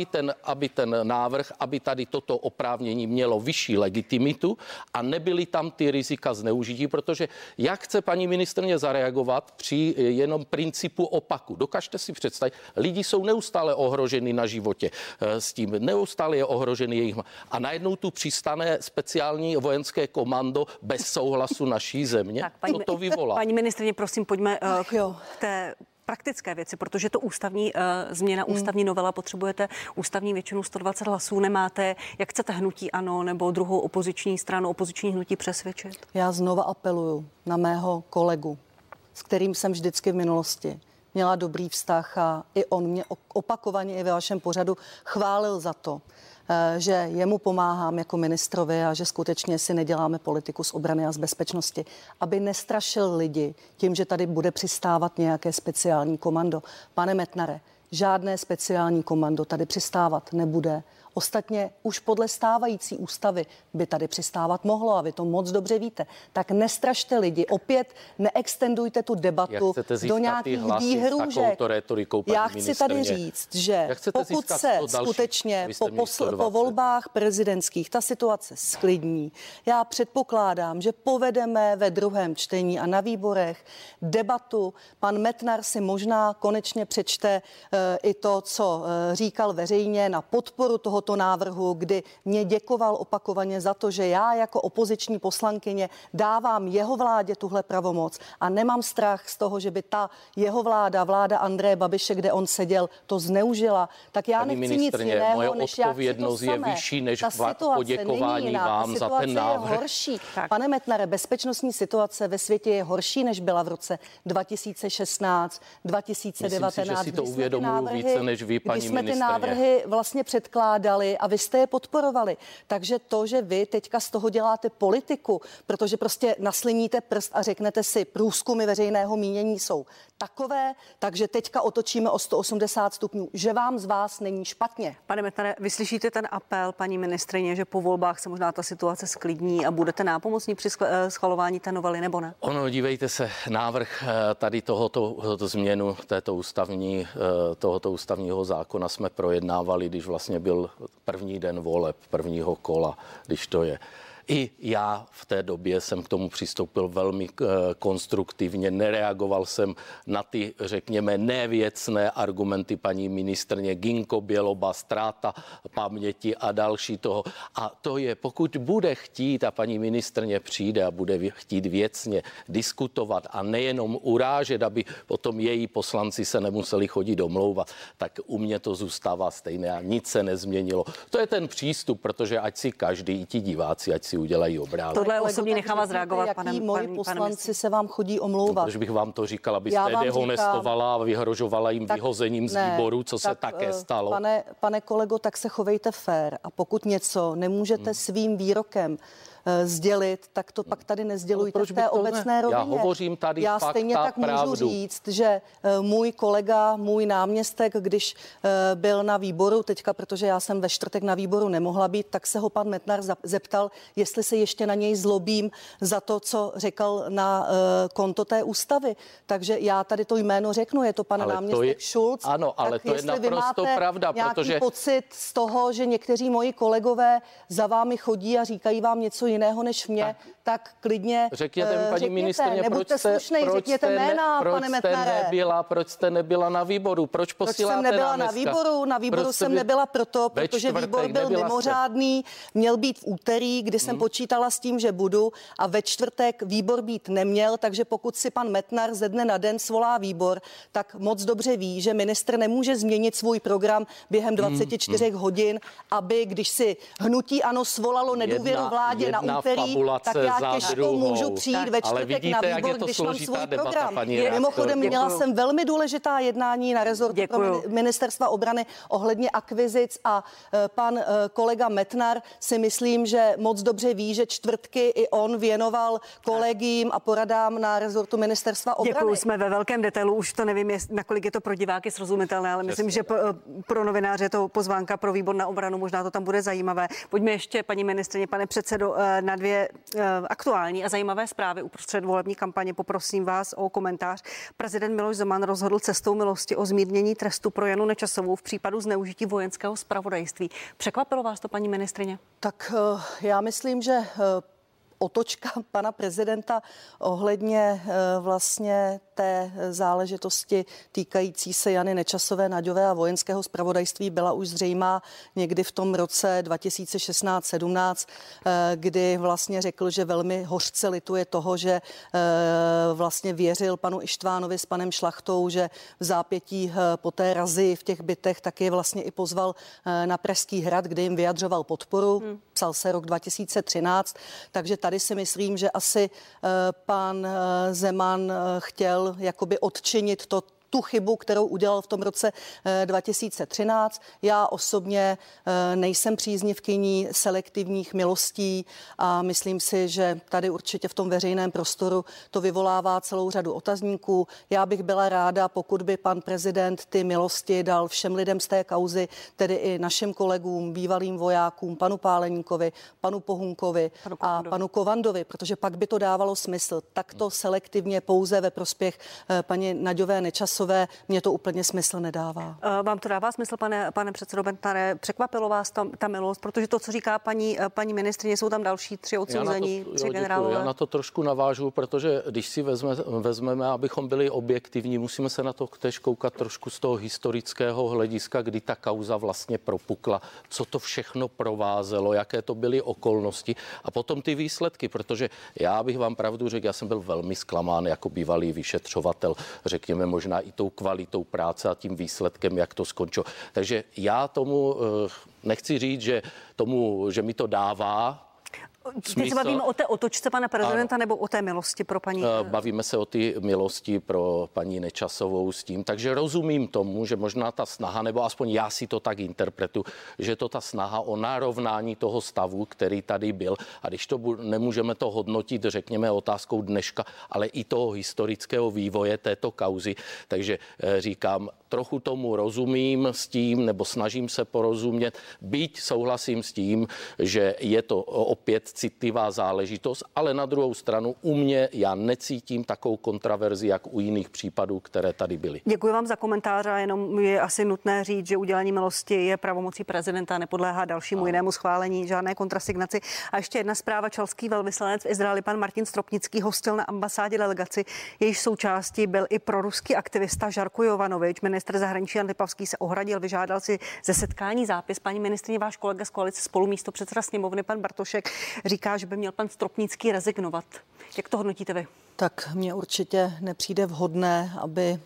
Aby ten návrh, aby tady toto oprávnění mělo vyšší legitimitu a nebyly tam ty rizika zneužití, protože jak chce paní ministryně zareagovat při jenom principu opaku. Dokažte si představit, lidi jsou neustále ohroženi na životě s tím, neustále je ohrožený jejich. A najednou tu přistane speciální vojenské komando bez souhlasu naší země. Tak, co to vyvolá? Paní ministryně, prosím, pojďme k té praktické věci, protože to ústavní změna, ústavní novela, potřebujete ústavní většinu 120 hlasů, nemáte. Jak chcete hnutí ANO nebo druhou opoziční stranu, opoziční hnutí přesvědčit? Já znova apeluju na mého kolegu, s kterým jsem vždycky v minulosti měla dobrý vztah a i on mě opakovaně i ve vašem pořadu chválil za to, že jemu pomáhám jako ministrovi a že skutečně si neděláme politiku z obrany a z bezpečnosti, aby nestrašil lidi tím, že tady bude přistávat nějaké speciální komando. Pane Metnare, žádné speciální komando tady přistávat nebude. Ostatně už podle stávající ústavy by tady přistávat mohlo a vy to moc dobře víte. Tak nestrašte lidi, opět neextendujte tu debatu do nějakých výhrůžek. Já chci tady říct, že pokud se skutečně po volbách prezidentských ta situace sklidní, já předpokládám, že povedeme ve druhém čtení a na výborech debatu. Pan Metnar si možná konečně přečte i to, co říkal veřejně na podporu tohoto návrhu, kdy mě děkoval opakovaně za to, že já jako opoziční poslankyně dávám jeho vládě tuhle pravomoc a nemám strach z toho, že by ta jeho vláda Andreje Babiše, kde on seděl, to zneužila. Tak já nechci nic jiného, moje než já odpovědnost je vyšší než poděkování vám za ten návrh. Je horší. Pane Metnare, bezpečnostní situace ve světě je horší, než byla v roce 2016, 2019. Myslím si, že si to uvědomuji více než vy, paní ministryně. Když jsme ty návrhy vlastně předkládali a vy jste je podporovali. Takže to, že vy teďka z toho děláte politiku, protože prostě nasliníte prst a řeknete si, průzkumy veřejného mínění jsou takové, takže teďka otočíme o 180 stupňů, že vám z vás není špatně. Pane Metnare, vyslyšíte ten apel paní ministryně, že po volbách se možná ta situace sklidní a budete nápomocní při schvalování té novely, nebo ne? Ono, dívejte se, návrh tady tohoto změnu tohoto ústavního zákona jsme projednávali, když vlastně byl první den voleb, prvního kola, když to je. I já v té době jsem k tomu přistoupil velmi konstruktivně, nereagoval jsem na ty, řekněme, nevěcné argumenty paní ministryně Ginko Běloba, ztráta paměti a další toho. A to je, pokud bude chtít a paní ministryně přijde a bude chtít věcně diskutovat a nejenom urážet, aby potom její poslanci se nemuseli chodit domlouvat, tak u mě to zůstává stejné a nic se nezměnilo. To je ten přístup, protože ať si každý, i ti diváci, ať si udělají obrázek. Tohle osobně nechám vás reagovat, pane moji poslanci se vám chodí omlouvat. Protože bych vám to říkal, abyste dehonestovala a vyhrožovala jim vyhozením z výboru, co se také stalo. Pane kolego, tak se chovejte fér a pokud něco nemůžete svým výrokem sdělit, tak to pak tady nezdělujte v té obecné rovině. Já hovořím tady Já stejně tak můžu říct, že můj kolega, můj náměstek, když byl na výboru teďka, protože já jsem ve čtvrtek na výboru nemohla být, tak se ho pan Metnar zeptal, jestli se ještě na něj zlobím za to, co řekl na konto té ústavy. Takže já tady to jméno řeknu, je to pan náměstek Schulz. Ano, ale to je naprosto pravda, protože pocit z toho, že někteří moji kolegové za vámi chodí a říkají vám něco jiného než mě, tak klidně řekněte mi, paní ministryně, nebuďte slušnej, řekněte jména, pane Metnare. Proč jste nebyla na výboru? Proč posíláte jsem nebyla na výboru? Na výboru jsem nebyla protože výbor byl mimořádný, měl být v úterý, kdy jsem počítala s tím, že budu, a ve čtvrtek výbor být neměl, takže pokud si pan Metnar ze dne na den svolá výbor, tak moc dobře ví, že ministr nemůže změnit svůj program během 24 hodin, aby když si hnutí ANO svolalo nedůvěru vládě na úterý, tak já těžko můžu přijít ve čtvrtek na výbor, když mám svůj program. Mimochodem měla jsem velmi důležitá jednání na rezortu pro ministerstva obrany ohledně akvizic a pan kolega Metnar si myslím, že moc dobře ví, že čtvrtky i on věnoval kolegím a poradám na rezortu ministerstva obrany. Děkuju, jsme ve velkém detailu, už to nevím, nakolik je to pro diváky srozumitelné, ale myslím, že pro novináře to pozvánka pro výbor na obranu, možná to tam bude zajímavé. Pojďme ještě, paní ministryně, pane předsedo, na dvě aktuální a zajímavé zprávy uprostřed volební kampaně. Poprosím vás o komentář. Prezident Miloš Zeman rozhodl cestou milosti o zmírnění trestu pro Janu Nečasovou v případu zneužití vojenského zpravodajství. Překvapilo vás to, paní ministryně? Tak já myslím, že otočka pana prezidenta ohledně vlastně té záležitosti týkající se Jany Nečasové, Naďové a vojenského zpravodajství byla už zřejmá někdy v tom roce 2016-17, kdy vlastně řekl, že velmi hořce lituje toho, že vlastně věřil panu Ištvánovi s panem Šlachtou, že v zápětí po té razi v těch bytech taky vlastně i pozval na Pražský hrad, kde jim vyjadřoval podporu. Psal se rok 2013, takže tady si myslím, že asi pan Zeman chtěl jakoby odčinit tu chybu, kterou udělal v tom roce 2013. Já osobně nejsem příznivkyní selektivních milostí a myslím si, že tady určitě v tom veřejném prostoru to vyvolává celou řadu otazníků. Já bych byla ráda, pokud by pan prezident ty milosti dal všem lidem z té kauzy, tedy i našim kolegům, bývalým vojákům, panu Páleníkovi, panu Pohunkovi a panu Kovandovi, protože pak by to dávalo smysl. Takto selektivně pouze ve prospěch paní Naďové Nečasové mě to úplně smysl nedává. Vám to dává smysl, pane předsedo Metnare? Překvapilo vás ta milost? Protože to, co říká paní ministryně, jsou tam další 3 odsouzení, 3 generálové. Já na to trošku navážu, protože když si vezmeme, abychom byli objektivní, musíme se na to též koukat trošku z toho historického hlediska, kdy ta kauza vlastně propukla, co to všechno provázelo, jaké to byly okolnosti a potom ty výsledky, protože já bych vám pravdu řekl, já jsem byl velmi zklamán jako bývalý vyšetřovatel, řekněme možná i tou kvalitou práce a tím výsledkem, jak to skončilo. Takže já tomu nechci říct, že mi to dává Teď se bavíme o té otočce pana prezidenta, ano, nebo o té milosti pro paní? Bavíme se o ty milosti pro paní Nečasovou s tím, takže rozumím tomu, že možná ta snaha, nebo aspoň já si to tak interpretuji, že to ta snaha o narovnání toho stavu, který tady byl, a když to nemůžeme to hodnotit, řekněme, otázkou dneška, ale i toho historického vývoje této kauzy, takže říkám, trochu tomu rozumím s tím, nebo snažím se porozumět, byť souhlasím s tím, že je to opět citlivá záležitost, ale na druhou stranu u mě já necítím takovou kontraverzi, jak u jiných případů, které tady byly. Děkuji vám za komentář a jenom je asi nutné říct, že udělení milosti je pravomocí prezidenta, nepodléhá dalšímu jinému schválení, žádné kontrasignaci. A ještě jedna zpráva, čalský velvyslanec v Izraeli, pan Martin Stropnický, hostil na ambasádě delegaci, jejíž součástí byl i proruský aktivista Žarko Jovanovič. Ministr zahraničí Jan Lipavský se ohradil, vyžádal si ze setkání zápis. Paní ministryně, váš kolega z koalice Spolu, místopředseda sněmovny pan Bartošek, říká, že by měl pan Stropnický rezignovat. Jak to hodnotíte vy? Tak mně určitě nepřijde vhodné, aby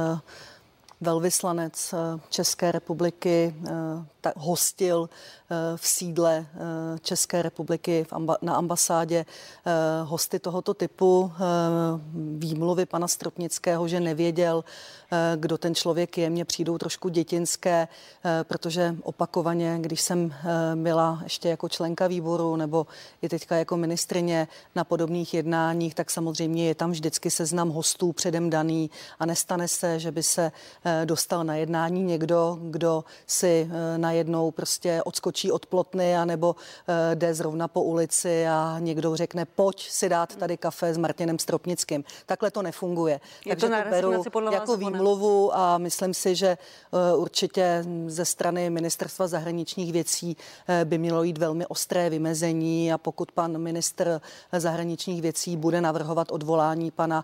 velvyslanec České republiky hostil v sídle České republiky na ambasádě hosty tohoto typu. Výmluvy pana Stropnického, že nevěděl, kdo ten člověk je, mně přijdou trošku dětinské, protože opakovaně, když jsem byla ještě jako členka výboru nebo i teďka jako ministryně na podobných jednáních, tak samozřejmě je tam vždycky seznam hostů předem daný a nestane se, že by se dostal na jednání někdo, kdo si najednou prostě odskočí od plotny anebo jde zrovna po ulici a někdo řekne, pojď si dát tady kafe s Martinem Stropnickým. Takhle to nefunguje. Takže to beru jako výmluvu a myslím si, že určitě ze strany Ministerstva zahraničních věcí by mělo jít velmi ostré vymezení a pokud pan ministr zahraničních věcí bude navrhovat odvolání pana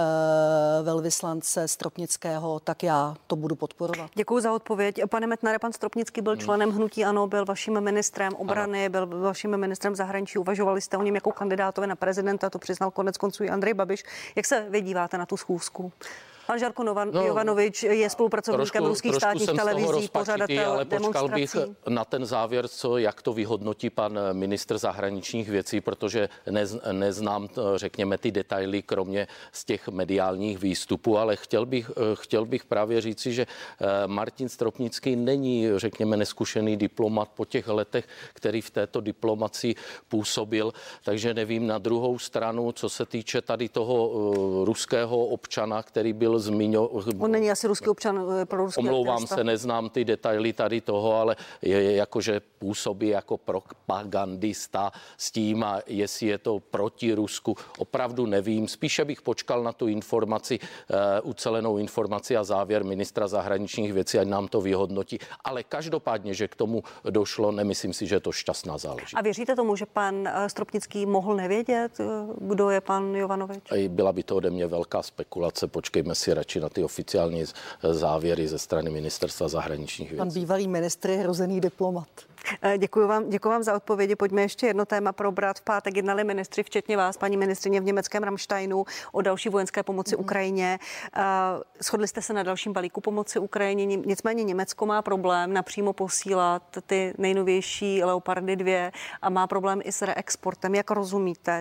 velvyslance Stropnického, tak já to budu podporovat. Děkuji za odpověď. Pane Metnare, pan Stropnický byl členem hnutí ANO, byl vaším ministrem obrany, byl vaším ministrem zahraničí. Uvažovali jste o něm jako kandidátovi na prezidenta, to přiznal konec konců i Andrej Babiš. Jak se vy díváte na tu schůzku? Pan Žarko Jovanovič je spolupracovníkem ruských státních televizí, pořadatel demonstrací. Počkal bych na ten závěr, jak to vyhodnotí pan ministr zahraničních věcí, protože neznám, řekněme, ty detaily, kromě z těch mediálních výstupů, ale chtěl bych právě říci, že Martin Stropnický není, řekněme, neskušený diplomat po těch letech, který v této diplomacii působil, takže nevím. Na druhou stranu, co se týče tady toho ruského občana, který byl On není asi ruský občan pro ruské. Omlouvám se, neznám ty detaily tady toho, ale je jakože působí jako propagandista s tím a jestli je to proti Rusku, opravdu nevím. Spíše bych počkal na tu informaci, ucelenou informaci a závěr ministra zahraničních věcí, ať nám to vyhodnotí. Ale každopádně, že k tomu došlo, nemyslím si, že je to šťastná záležitost. A věříte tomu, že pan Stropnický mohl nevědět, kdo je pan Jovanovič? Byla by to ode mě velká spekulace, počkejme si radši na ty oficiální závěry ze strany ministerstva zahraničních věcí. Pan bývalý ministr je hrozený diplomat. Děkuji vám za odpovědi. Pojďme ještě jedno téma probrat. V pátek jednali ministři, včetně vás, paní ministrině, v německém Ramsteinu o další vojenské pomoci Ukrajině. Shodli jste se na dalším balíku pomoci Ukrajině, nicméně Německo má problém napřímo posílat ty nejnovější Leopardy 2 a má problém i s reexportem. Jak rozumíte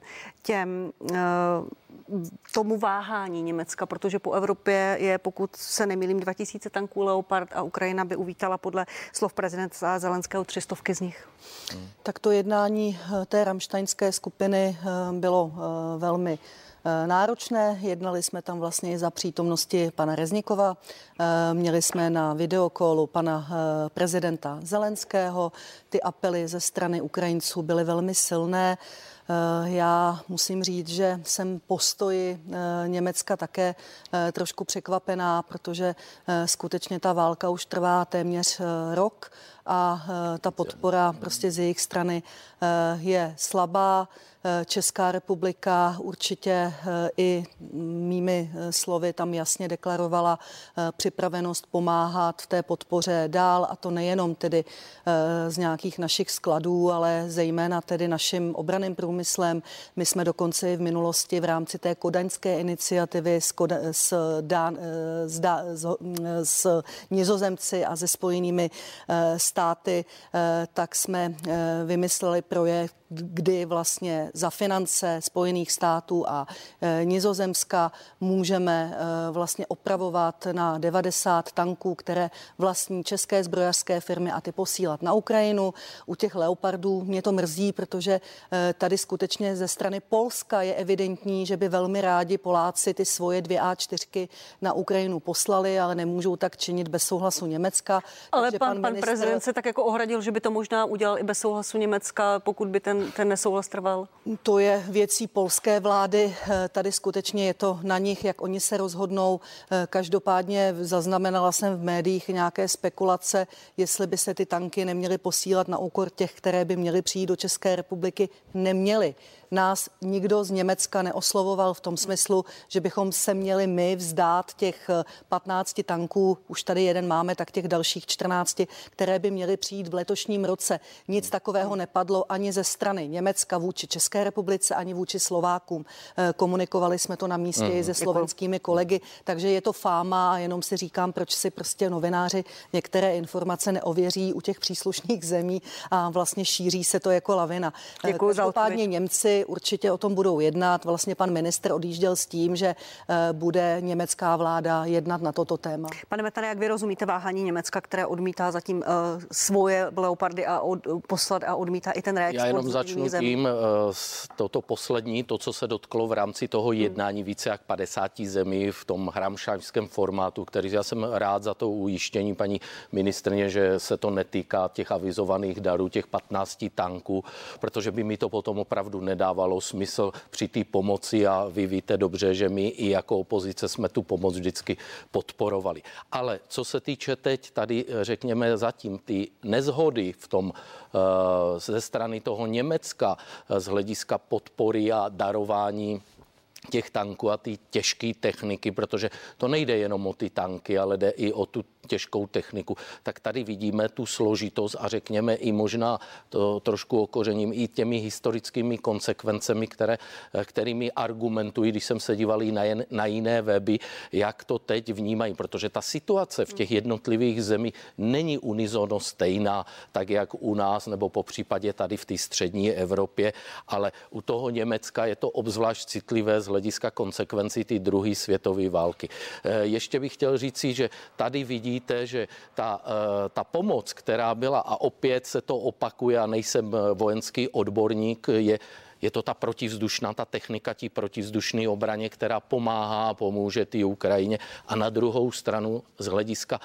tomu váhání Německa, protože po Evropě je, pokud se nemýlím, 2000 tanků Leopard a Ukrajina by uvítala podle slov prezidenta Zelenského 300 z nich. Tak to jednání té ramštejnské skupiny bylo velmi náročné. Jednali jsme tam vlastně za přítomnosti pana Reznikova. Měli jsme na videokolu pana prezidenta Zelenského. Ty apely ze strany Ukrajinců byly velmi silné. Já musím říct, že jsem postoji Německa také trošku překvapená, protože skutečně ta válka už trvá téměř rok a ta podpora prostě z jejich strany je slabá. Česká republika určitě i mými slovy tam jasně deklarovala připravenost pomáhat v té podpoře dál, a to nejenom tedy z nějakých našich skladů, ale zejména tedy naším obranným průmyslem. My jsme dokonce i v minulosti v rámci té kodaňské iniciativy s Nizozemci a se Spojenými státy, tak jsme vymysleli projekt, kdy vlastně za finance Spojených států a Nizozemska můžeme vlastně opravovat na 90 tanků, které vlastní české zbrojařské firmy, a ty posílat na Ukrajinu. U těch Leopardů mě to mrzí, protože tady skutečně ze strany Polska je evidentní, že by velmi rádi Poláci ty svoje 2A4 na Ukrajinu poslali, ale nemůžou tak činit bez souhlasu Německa. Ale pan prezident se tak jako ohradil, že by to možná udělal i bez souhlasu Německa, pokud by ten nesouhlas trval. To je věcí polské vlády. Tady skutečně je to na nich, jak oni se rozhodnou. Každopádně zaznamenala jsem v médiích nějaké spekulace, jestli by se ty tanky neměly posílat na úkor těch, které by měly přijít do České republiky. Neměly. Nás nikdo z Německa neoslovoval v tom smyslu, že bychom se měli my vzdát těch 15 tanků, už tady jeden máme, tak těch dalších 14, které by měly přijít v letošním roce. Nic takového nepadlo ani ze strany Německa vůči České republice, ani vůči Slovákům. Komunikovali jsme to na místě i se slovenskými kolegy, takže je to fáma a jenom si říkám, proč si prostě novináři některé informace neověří u těch příslušných zemí a vlastně šíří se to jako lavina. Každopádně Němci ministry, určitě o tom budou jednat. Vlastně pan ministr odjížděl s tím, že bude německá vláda jednat na toto téma. Pane Metnare, jak vy rozumíte váhání Německa, které odmítá zatím svoje Leopardy a poslat a odmítá i ten reexport? Já jenom začnu tím, toto poslední, to, co se dotklo v rámci toho jednání více jak 50 zemí v tom hramšajském formátu, který já jsem rád za to ujištění paní ministrně, že se to netýká těch avizovaných darů, těch 15 tanků, protože by mi to potom opravdu nedávalo smysl při té pomoci a vy víte dobře, že my i jako opozice jsme tu pomoc vždycky podporovali. Ale co se týče teď tady, řekněme, zatím ty nezhody v tom ze strany toho Německa z hlediska podpory a darování těch tanků a ty těžké techniky, protože to nejde jenom o ty tanky, ale jde i o tu těžkou techniku, tak tady vidíme tu složitost a řekněme i možná to trošku okořením i těmi historickými konsekvencemi, kterými argumentují, když jsem se díval na jiné weby, jak to teď vnímají, protože ta situace v těch jednotlivých zemích není unizono stejná, tak jak u nás nebo po případě tady v té střední Evropě, ale u toho Německa je to obzvlášť citlivé z hlediska konsekvencí té druhé světové války. Ještě bych chtěl říci, že tady vidíte, že ta pomoc, která byla, a opět se to opakuje, a nejsem vojenský odborník, je to ta protivzdušná, ta technika, tí protivzdušné obraně, která pomáhá, pomůže té Ukrajině. A na druhou stranu z hlediska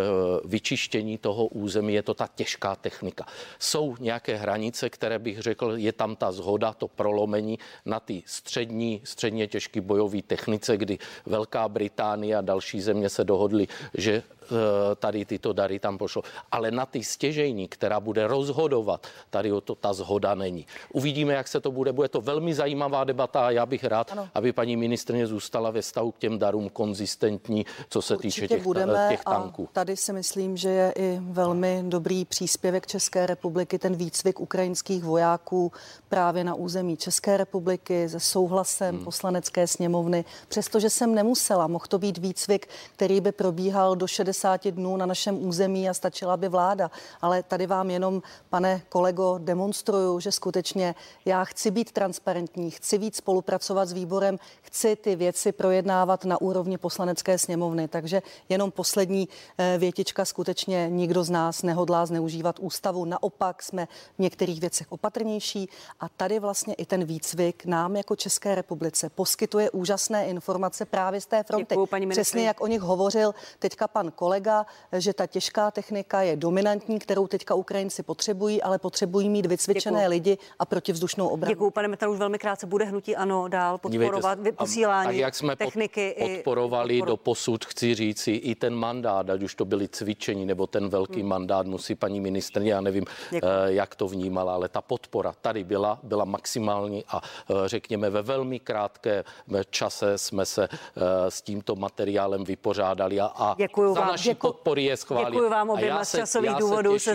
vyčištění toho území je to ta těžká technika. Jsou nějaké hranice, které bych řekl, je tam ta shoda, to prolomení na ty středně těžké bojové technice, kdy Velká Británie a další země se dohodly, že tady tyto dary tam pošlo. Ale na ty stěžejní, která bude rozhodovat, tady o to ta shoda není. Uvidíme, jak se to bude. Bude to velmi zajímavá debata a já bych rád, aby paní ministryně zůstala ve stavu k těm darům konzistentní, co se týče těch tanků. A tady si myslím, že je i velmi dobrý příspěvek České republiky, ten výcvik ukrajinských vojáků právě na území České republiky se souhlasem Poslanecké sněmovny. Přestože jsem nemusela, mohl to být výcvik, který by probíhal do 60 dnů na našem území a stačila by vláda. Ale tady vám jenom, pane kolego, demonstruju, že skutečně já chci být transparentní, chci víc spolupracovat s výborem, chci ty věci projednávat na úrovni Poslanecké sněmovny. Takže jenom poslední větička, skutečně nikdo z nás nehodlá zneužívat ústavu. Naopak jsme v některých věcech opatrnější a tady vlastně i ten výcvik nám jako České republice poskytuje úžasné informace právě z té fronty. Děkuju, přesně jak o nich hovořil teďka pan kolega, že ta těžká technika je dominantní, kterou teďka Ukrajinci potřebují, ale potřebují mít vycvičené lidi a protivzdušnou obranu. Děkuju, pane Metnare, už velmi krátce bude hnutí ANO dál podporovat posílání jak jsme techniky. Podporovali do posud, chci říci, i ten mandát, ať už to byly cvičení, nebo ten velký mandát, musí paní ministryně, já nevím, jak to vnímala, ale ta podpora tady byla maximální a řekněme ve velmi krátkém čase jsme se s tímto materiálem vypořádali a za naší podpory je schválili. Děkuji vám oběma z časových důvodů, se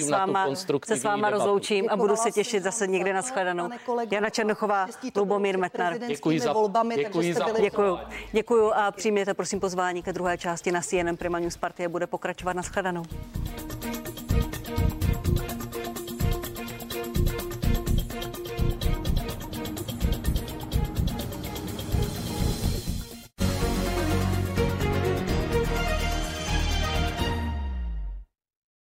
s váma rozloučím a budu se těšit zase někde na shledanou. Jana Černochová, Lubomír Metnar. Děkuji a přijměte prosím pozvání ke druhé části na CNN Prima News Party, bude pokračovat na shledanou.